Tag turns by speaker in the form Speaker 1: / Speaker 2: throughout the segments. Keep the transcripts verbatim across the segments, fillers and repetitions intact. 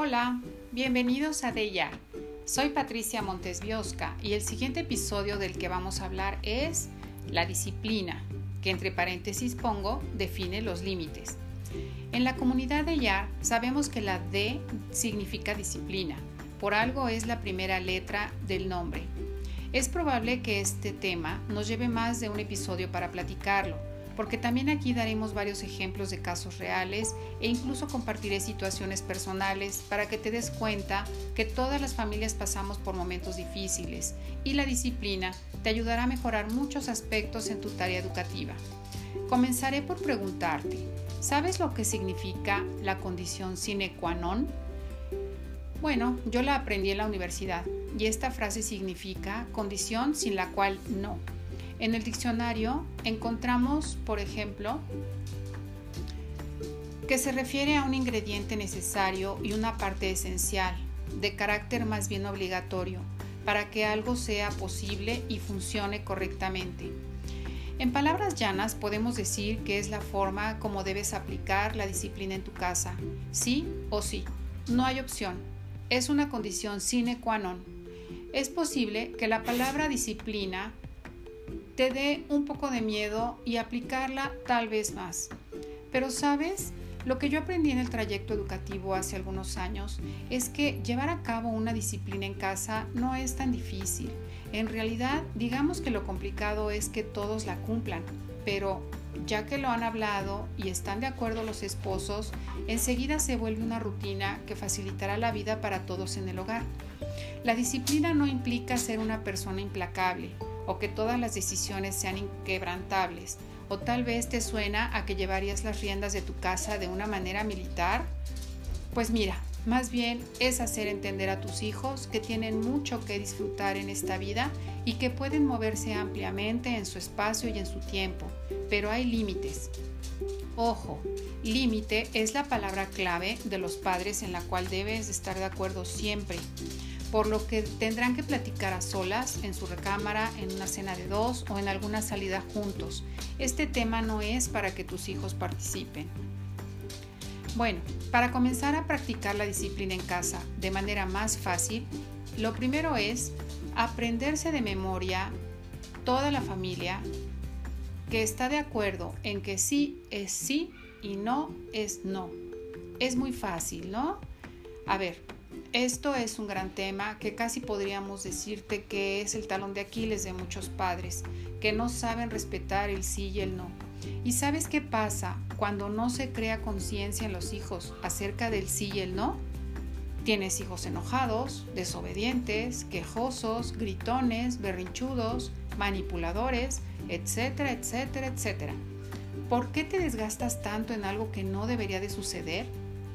Speaker 1: Hola, bienvenidos a De Ya. Soy Patricia Montes Biosca y el siguiente episodio del que vamos a hablar es la disciplina, que entre paréntesis pongo, define los límites. En la comunidad de Ya sabemos que la D significa disciplina, por algo es la primera letra del nombre. Es probable que este tema nos lleve más de un episodio para platicarlo, porque también aquí daremos varios ejemplos de casos reales e incluso compartiré situaciones personales para que te des cuenta que todas las familias pasamos por momentos difíciles y la disciplina te ayudará a mejorar muchos aspectos en tu tarea educativa. Comenzaré por preguntarte, ¿sabes lo que significa la condición sine qua non? Bueno, yo la aprendí en la universidad y esta frase significa condición sin la cual no. En el diccionario encontramos, por ejemplo, que se refiere a un ingrediente necesario y una parte esencial, de carácter más bien obligatorio, para que algo sea posible y funcione correctamente. En palabras llanas podemos decir que es la forma como debes aplicar la disciplina en tu casa, sí o sí, no hay opción, es una condición sine qua non. Es posible que la palabra disciplina te dé un poco de miedo y aplicarla tal vez más. Pero ¿sabes? Lo que yo aprendí en el trayecto educativo hace algunos años es que llevar a cabo una disciplina en casa no es tan difícil. En realidad, digamos que lo complicado es que todos la cumplan, pero ya que lo han hablado y están de acuerdo los esposos, enseguida se vuelve una rutina que facilitará la vida para todos en el hogar. La disciplina no implica ser una persona implacable, o que todas las decisiones sean inquebrantables, o tal vez te suena a que llevarías las riendas de tu casa de una manera militar. Pues mira, más bien es hacer entender a tus hijos que tienen mucho que disfrutar en esta vida y que pueden moverse ampliamente en su espacio y en su tiempo, pero hay límites. Ojo, límite es la palabra clave de los padres en la cual debes estar de acuerdo siempre, por lo que tendrán que platicar a solas, en su recámara, en una cena de dos o en alguna salida juntos. Este tema no es para que tus hijos participen. Bueno, para comenzar a practicar la disciplina en casa de manera más fácil, lo primero es aprenderse de memoria toda la familia que está de acuerdo en que sí es sí y no es no. Es muy fácil, ¿no? A ver, esto es un gran tema que casi podríamos decirte que es el talón de Aquiles de muchos padres, que no saben respetar el sí y el no. ¿Y sabes qué pasa cuando no se crea conciencia en los hijos acerca del sí y el no? Tienes hijos enojados, desobedientes, quejosos, gritones, berrinchudos, manipuladores, etcétera, etcétera, etcétera. ¿Por qué te desgastas tanto en algo que no debería de suceder?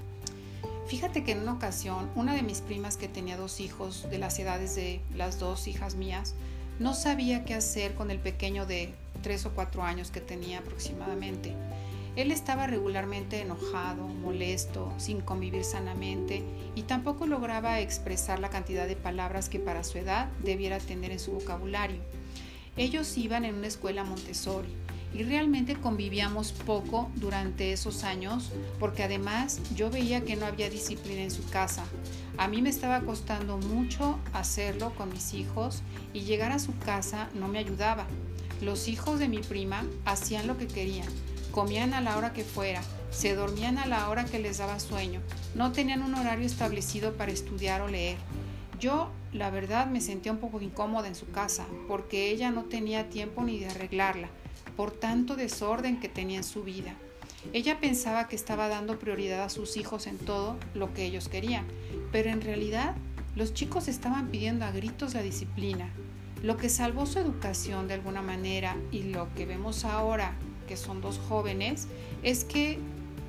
Speaker 1: Fíjate que en una ocasión, una de mis primas que tenía dos hijos de las edades de las dos hijas mías, no sabía qué hacer con el pequeño de tres o cuatro años que tenía aproximadamente. Él estaba regularmente enojado, molesto, sin convivir sanamente y tampoco lograba expresar la cantidad de palabras que para su edad debiera tener en su vocabulario. Ellos iban en una escuela Montessori y realmente convivíamos poco durante esos años porque además yo veía que no había disciplina en su casa. A mí me estaba costando mucho hacerlo con mis hijos y llegar a su casa no me ayudaba. Los hijos de mi prima hacían lo que querían, comían a la hora que fuera, se dormían a la hora que les daba sueño, no tenían un horario establecido para estudiar o leer. Yo, la verdad, me sentía un poco incómoda en su casa porque ella no tenía tiempo ni de arreglarla, por tanto desorden que tenía en su vida. Ella pensaba que estaba dando prioridad a sus hijos en todo lo que ellos querían, pero en realidad los chicos estaban pidiendo a gritos la disciplina. Lo que salvó su educación de alguna manera y lo que vemos ahora, que son dos jóvenes, es que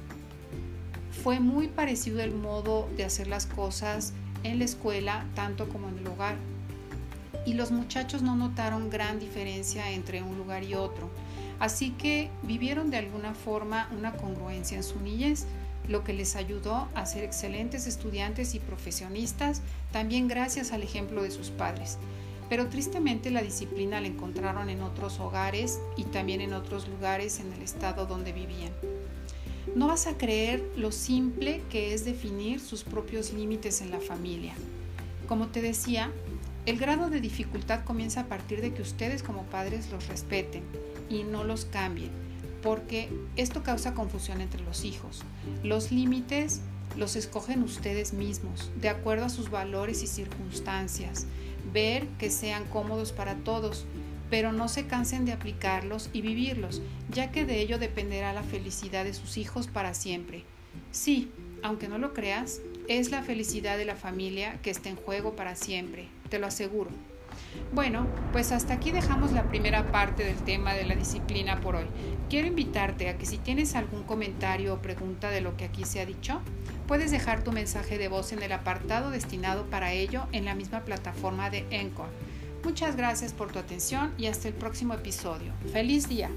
Speaker 1: fue muy parecido el modo de hacer las cosas en la escuela tanto como en el hogar. Y los muchachos no notaron gran diferencia entre un lugar y otro. Así que vivieron de alguna forma una congruencia en su niñez, lo que les ayudó a ser excelentes estudiantes y profesionistas, también gracias al ejemplo de sus padres. Pero tristemente la disciplina la encontraron en otros hogares y también en otros lugares en el estado donde vivían. No vas a creer lo simple que es definir sus propios límites en la familia. Como te decía, el grado de dificultad comienza a partir de que ustedes como padres los respeten y no los cambien, porque esto causa confusión entre los hijos. Los límites los escogen ustedes mismos, de acuerdo a sus valores y circunstancias. Ver que sean cómodos para todos, pero no se cansen de aplicarlos y vivirlos, ya que de ello dependerá la felicidad de sus hijos para siempre. Sí, aunque no lo creas, es la felicidad de la familia que está en juego para siempre, te lo aseguro. Bueno, pues hasta aquí dejamos la primera parte del tema de la disciplina por hoy. Quiero invitarte a que si tienes algún comentario o pregunta de lo que aquí se ha dicho, puedes dejar tu mensaje de voz en el apartado destinado para ello en la misma plataforma de Anchor. Muchas gracias por tu atención y hasta el próximo episodio. ¡Feliz día!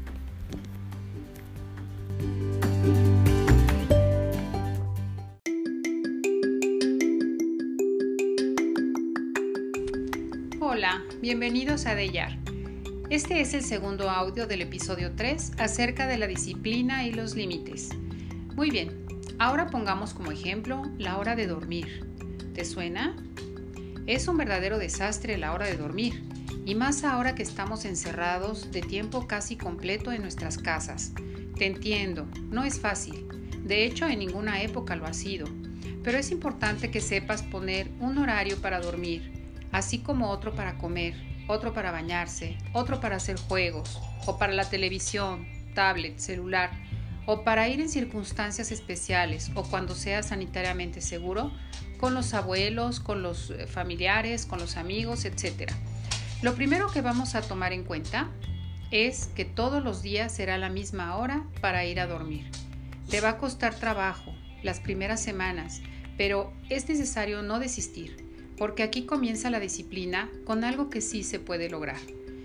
Speaker 1: Hola, bienvenidos a Deyar. Este es el segundo audio del episodio tres acerca de la disciplina y los límites. Muy bien, ahora pongamos como ejemplo la hora de dormir. ¿Te suena? Es un verdadero desastre la hora de dormir, y más ahora que estamos encerrados de tiempo casi completo en nuestras casas. Te entiendo, no es fácil. De hecho, en ninguna época lo ha sido. Pero es importante que sepas poner un horario para dormir, así como otro para comer, otro para bañarse, otro para hacer juegos, o para la televisión, tablet, celular, o para ir en circunstancias especiales o cuando sea sanitariamente seguro, con los abuelos, con los familiares, con los amigos, etcétera. Lo primero que vamos a tomar en cuenta es que todos los días será la misma hora para ir a dormir. Te va a costar trabajo las primeras semanas, pero es necesario no desistir, porque aquí comienza la disciplina con algo que sí se puede lograr.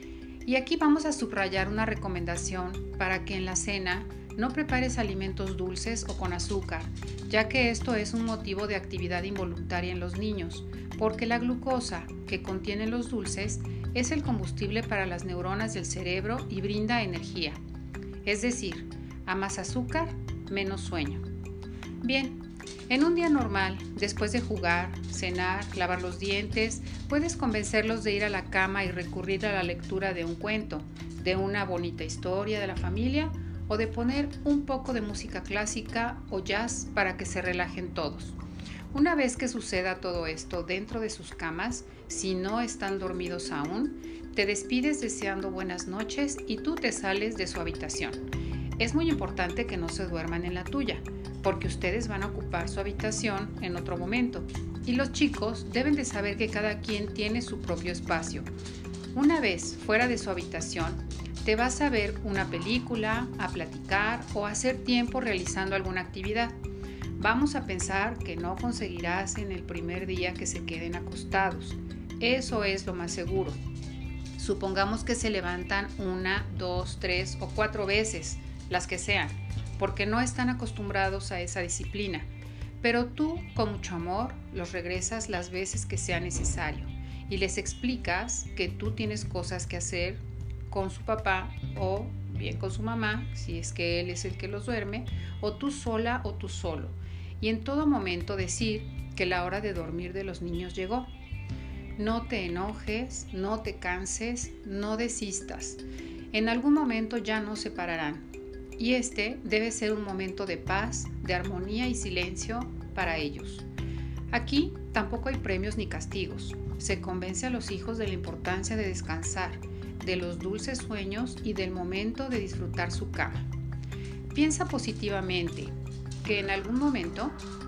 Speaker 1: Y aquí vamos a subrayar una recomendación para que en la cena no prepares alimentos dulces o con azúcar, ya que esto es un motivo de actividad involuntaria en los niños, porque la glucosa que contienen los dulces es el combustible para las neuronas del cerebro y brinda energía. Es decir, a más azúcar, menos sueño. Bien, en un día normal, después de jugar, cenar, lavar los dientes, puedes convencerlos de ir a la cama y recurrir a la lectura de un cuento, de una bonita historia de la familia o de poner un poco de música clásica o jazz para que se relajen todos. Una vez que suceda todo esto dentro de sus camas, si no están dormidos aún, te despides deseando buenas noches y tú te sales de su habitación. Es muy importante que no se duerman en la tuya, porque ustedes van a ocupar su habitación en otro momento, y los chicos deben de saber que cada quien tiene su propio espacio. Una vez fuera de su habitación, te vas a ver una película, a platicar o a hacer tiempo realizando alguna actividad. Vamos a pensar que no conseguirás en el primer día que se queden acostados. Eso es lo más seguro. Supongamos que se levantan una, dos, tres o cuatro veces, las que sean, porque no están acostumbrados a esa disciplina. Pero tú, con mucho amor, los regresas las veces que sea necesario y les explicas que tú tienes cosas que hacer con su papá o bien con su mamá, si es que él es el que los duerme, o tú sola o tú solo. Y en todo momento decir que la hora de dormir de los niños llegó. No te enojes, no te canses, no desistas. En algún momento ya no se pararán. Y este debe ser un momento de paz, de armonía y silencio para ellos. Aquí tampoco hay premios ni castigos. Se convence a los hijos de la importancia de descansar, de los dulces sueños y del momento de disfrutar su cama. Piensa positivamente que en algún momento,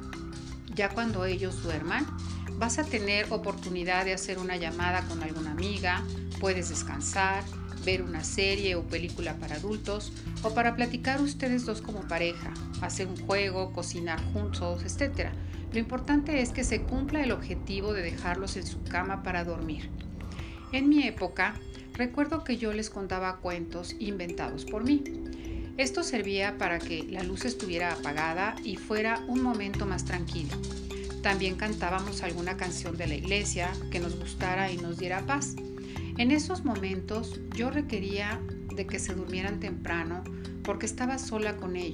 Speaker 1: ya cuando ellos duerman, vas a tener oportunidad de hacer una llamada con alguna amiga, puedes descansar, ver una serie o película para adultos o para platicar ustedes dos como pareja, hacer un juego, cocinar juntos, etcétera. Lo importante es que se cumpla el objetivo de dejarlos en su cama para dormir. En mi época, recuerdo que yo les contaba cuentos inventados por mí. Esto servía para que la luz estuviera apagada y fuera un momento más tranquilo. También cantábamos alguna canción de la iglesia que nos gustara y nos diera paz. En esos momentos yo requería de que se durmieran temprano porque estaba sola con ellos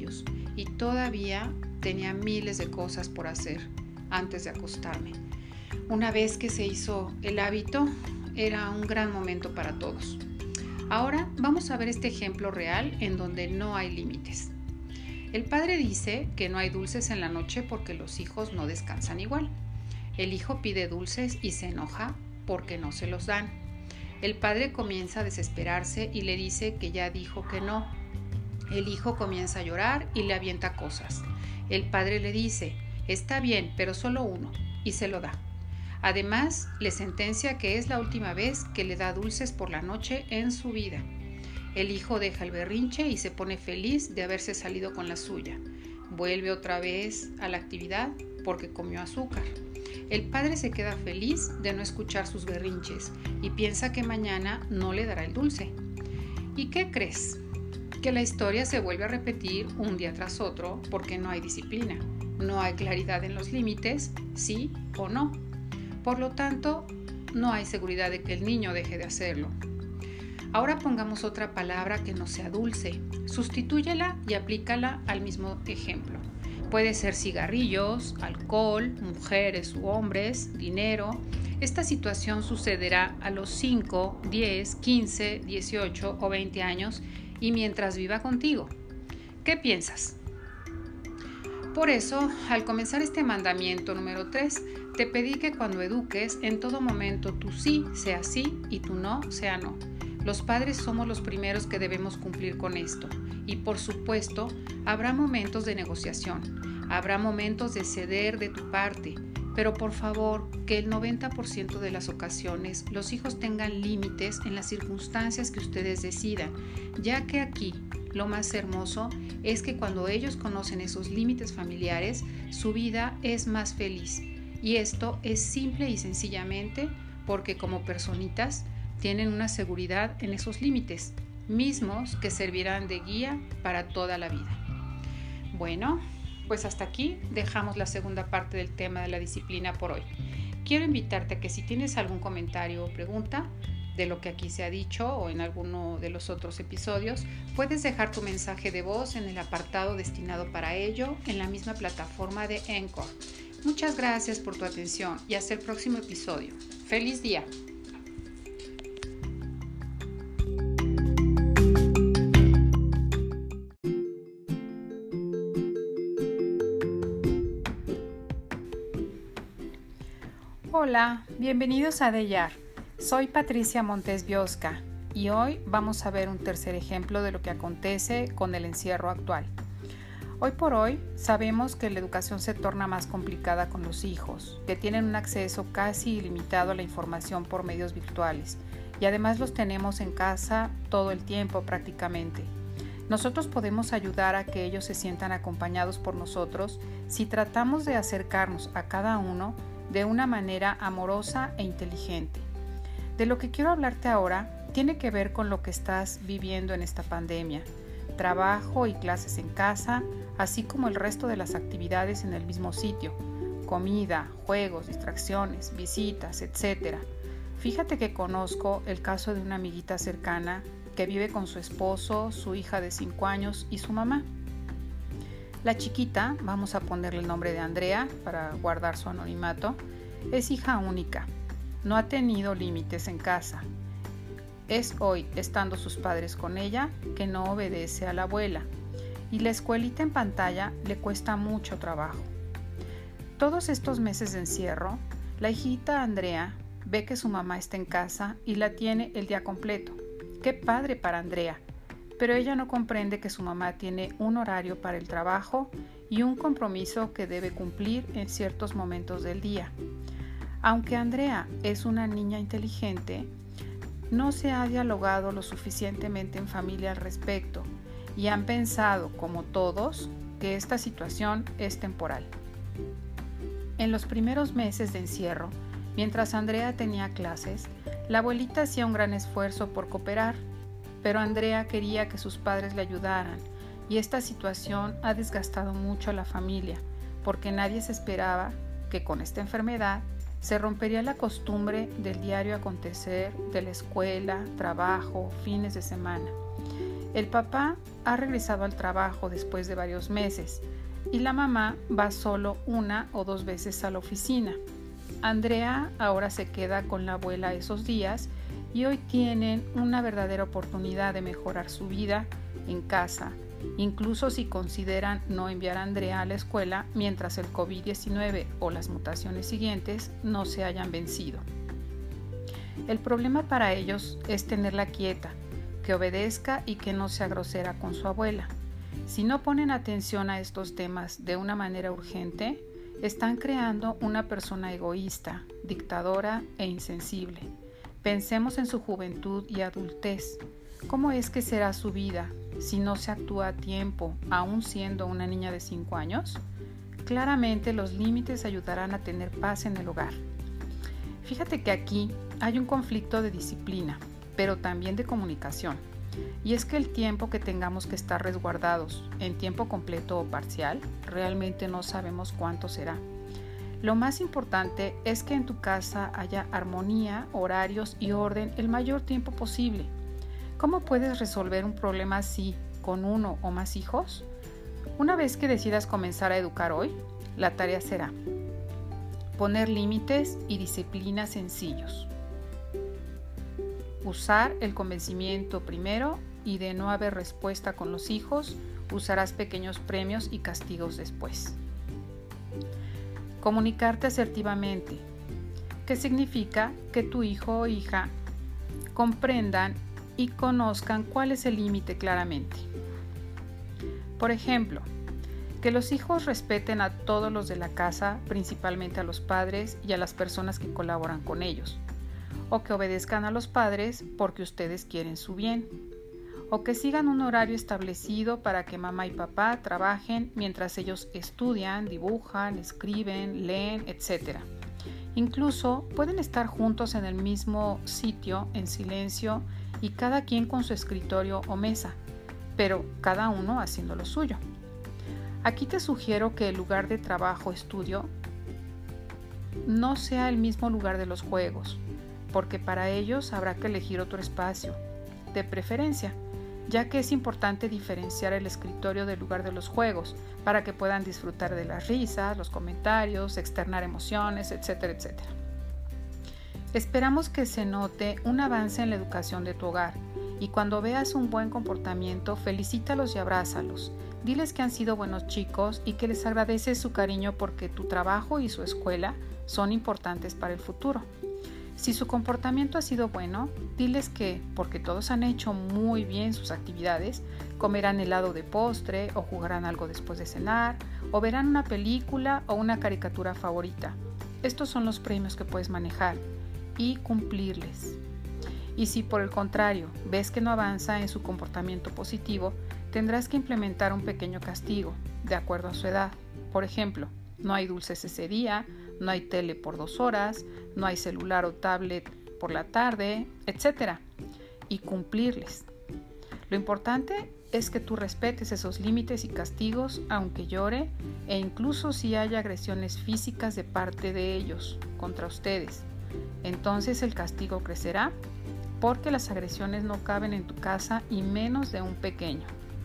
Speaker 1: y todavía tenía miles de cosas por hacer antes de acostarme. Una vez que se hizo el hábito, era un gran momento para todos. Ahora vamos a ver este ejemplo real en donde no hay límites. El padre dice que no hay dulces en la noche porque los hijos no descansan igual. El hijo pide dulces y se enoja porque no se los dan. El padre comienza a desesperarse y le dice que ya dijo que no. El hijo comienza a llorar y le avienta cosas. El padre le dice, está bien, pero solo uno, y se lo da. Además, le sentencia que es la última vez que le da dulces por la noche en su vida. El hijo deja el berrinche y se pone feliz de haberse salido con la suya. Vuelve otra vez a la actividad porque comió azúcar. El padre se queda feliz de no escuchar sus berrinches y piensa que mañana no le dará el dulce. ¿Y qué crees? Que la historia se vuelve a repetir un día tras otro porque no hay disciplina, no hay claridad en los límites, sí o no. Por lo tanto, no hay seguridad de que el niño deje de hacerlo. Ahora pongamos otra palabra que no sea dulce. Sustitúyela y aplícala al mismo ejemplo. Puede ser cigarrillos, alcohol, mujeres u hombres, dinero. Esta situación sucederá a los cinco, diez, quince, dieciocho o veinte años y mientras viva contigo. ¿Qué piensas? Por eso, al comenzar este mandamiento número tres, te pedí que cuando eduques, en todo momento tu sí sea sí y tu no sea no. Los padres somos los primeros que debemos cumplir con esto. Y por supuesto, habrá momentos de negociación, habrá momentos de ceder de tu parte, pero por favor, que el noventa por ciento de las ocasiones los hijos tengan límites en las circunstancias que ustedes decidan, ya que aquí lo más hermoso es que cuando ellos conocen esos límites familiares, su vida es más feliz. Y esto es simple y sencillamente porque como personitas tienen una seguridad en esos límites, mismos que servirán de guía para toda la vida. Bueno, pues hasta aquí dejamos la segunda parte del tema de la disciplina por hoy. Quiero invitarte a que si tienes algún comentario o pregunta de lo que aquí se ha dicho o en alguno de los otros episodios, puedes dejar tu mensaje de voz en el apartado destinado para ello en la misma plataforma de Anchor. Muchas gracias por tu atención y hasta el próximo episodio. ¡Feliz día! Hola, bienvenidos a Deyar. Soy Patricia Montes Biosca y hoy vamos a ver un tercer ejemplo de lo que acontece con el encierro actual. Hoy por hoy sabemos que la educación se torna más complicada con los hijos, que tienen un acceso casi ilimitado a la información por medios virtuales y además los tenemos en casa todo el tiempo prácticamente. Nosotros podemos ayudar a que ellos se sientan acompañados por nosotros si tratamos de acercarnos a cada uno de una manera amorosa e inteligente. De lo que quiero hablarte ahora tiene que ver con lo que estás viviendo en esta pandemia, trabajo y clases en casa, así como el resto de las actividades en el mismo sitio, comida, juegos, distracciones, visitas, etcétera. Fíjate que conozco el caso de una amiguita cercana que vive con su esposo, su hija de cinco años y su mamá. La chiquita, vamos a ponerle el nombre de Andrea para guardar su anonimato, es hija única. No ha tenido límites en casa. Es hoy, estando sus padres con ella, que no obedece a la abuela. Y la escuelita en pantalla le cuesta mucho trabajo. Todos estos meses de encierro, la hijita Andrea ve que su mamá está en casa y la tiene el día completo. ¡Qué padre para Andrea! Pero ella no comprende que su mamá tiene un horario para el trabajo y un compromiso que debe cumplir en ciertos momentos del día. Aunque Andrea es una niña inteligente, no se ha dialogado lo suficientemente en familia al respecto y han pensado, como todos, que esta situación es temporal. En los primeros meses de encierro, mientras Andrea tenía clases, la abuelita hacía un gran esfuerzo por cooperar, pero Andrea quería que sus padres le ayudaran y esta situación ha desgastado mucho a la familia porque nadie se esperaba que con esta enfermedad se rompería la costumbre del diario acontecer de la escuela, trabajo, fines de semana. El papá ha regresado al trabajo después de varios meses y la mamá va solo una o dos veces a la oficina. Andrea ahora se queda con la abuela esos días y hoy tienen una verdadera oportunidad de mejorar su vida en casa, incluso si consideran no enviar a Andrea a la escuela mientras el covid diecinueve o las mutaciones siguientes no se hayan vencido. El problema para ellos es tenerla quieta, que obedezca y que no sea grosera con su abuela. Si no ponen atención a estos temas de una manera urgente, están creando una persona egoísta, dictadora e insensible. Pensemos en su juventud y adultez. ¿Cómo es que será su vida si no se actúa a tiempo, aún siendo una niña de cinco años? Claramente los límites ayudarán a tener paz en el hogar. Fíjate que aquí hay un conflicto de disciplina, pero también de comunicación. Y es que el tiempo que tengamos que estar resguardados, en tiempo completo o parcial, realmente no sabemos cuánto será. Lo más importante es que en tu casa haya armonía, horarios y orden el mayor tiempo posible. ¿Cómo puedes resolver un problema así con uno o más hijos? Una vez que decidas comenzar a educar hoy, la tarea será poner límites y disciplina sencillos. Usar el convencimiento primero y de no haber respuesta con los hijos, usarás pequeños premios y castigos después. Comunicarte asertivamente, que significa que tu hijo o hija comprendan y conozcan cuál es el límite claramente. Por ejemplo, que los hijos respeten a todos los de la casa, principalmente a los padres y a las personas que colaboran con ellos, o que obedezcan a los padres porque ustedes quieren su bien, o que sigan un horario establecido para que mamá y papá trabajen mientras ellos estudian, dibujan, escriben, leen, etcétera. Incluso pueden estar juntos en el mismo sitio en silencio y cada quien con su escritorio o mesa, pero cada uno haciendo lo suyo. Aquí te sugiero que el lugar de trabajo o estudio no sea el mismo lugar de los juegos, porque para ellos habrá que elegir otro espacio, de preferencia, ya que es importante diferenciar el escritorio del lugar de los juegos para que puedan disfrutar de las risas, los comentarios, externar emociones, etcétera, etcétera. Esperamos que se note un avance en la educación de tu hogar y cuando veas un buen comportamiento, felicítalos y abrázalos. Diles que han sido buenos chicos y que les agradeces su cariño porque tu trabajo y su escuela son importantes para el futuro. Si su comportamiento ha sido bueno, diles que, porque todos han hecho muy bien sus actividades, comerán helado de postre o jugarán algo después de cenar, o verán una película o una caricatura favorita. Estos son los premios que puedes manejar y cumplirles. Y si por el contrario ves que no avanza en su comportamiento positivo, tendrás que implementar un pequeño castigo, de acuerdo a su edad. Por ejemplo, no hay dulces ese día, no hay tele por dos horas, no hay celular o tablet por la tarde, etcétera. Y cumplirles. Lo importante es que tú respetes esos límites y castigos, aunque llore, e incluso si haya agresiones físicas de parte de ellos contra ustedes. Entonces el castigo crecerá, porque las agresiones no caben en tu casa y menos de un pequeño.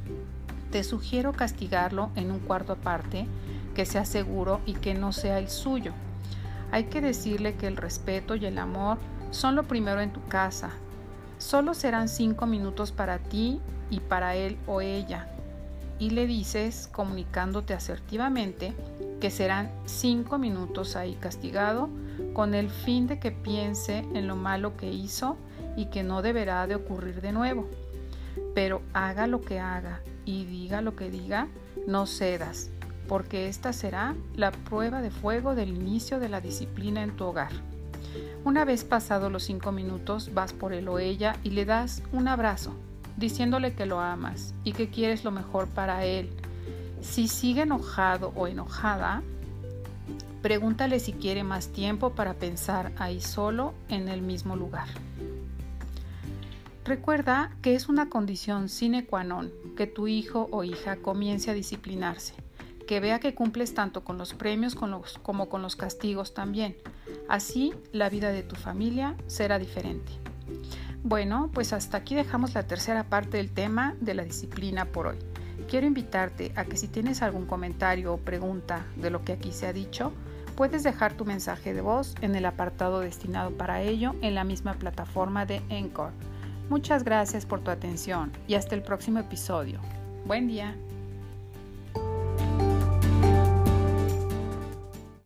Speaker 1: Te sugiero castigarlo en un cuarto aparte, que sea seguro y que no sea el suyo. Hay que decirle que el respeto y el amor son lo primero en tu casa. Solo serán cinco minutos para ti y para él o ella. Y le dices, comunicándote asertivamente, que serán cinco minutos ahí castigado, con el fin de que piense en lo malo que hizo y que no deberá de ocurrir de nuevo. Pero haga lo que haga y diga lo que diga, no cedas, porque esta será la prueba de fuego del inicio de la disciplina en tu hogar. Una vez pasados los cinco minutos, vas por él o ella y le das un abrazo, diciéndole que lo amas y que quieres lo mejor para él. Si sigue enojado o enojada, pregúntale si quiere más tiempo para pensar ahí solo en el mismo lugar. Recuerda que es una condición sine qua non que tu hijo o hija comience a disciplinarse, que vea que cumples tanto con los premios con los, como con los castigos también. Así, la vida de tu familia será diferente. Bueno, pues hasta aquí dejamos la tercera parte del tema de la disciplina por hoy. Quiero invitarte a que si tienes algún comentario o pregunta de lo que aquí se ha dicho, puedes dejar tu mensaje de voz en el apartado destinado para ello en la misma plataforma de Anchor. Muchas gracias por tu atención y hasta el próximo episodio. Buen día.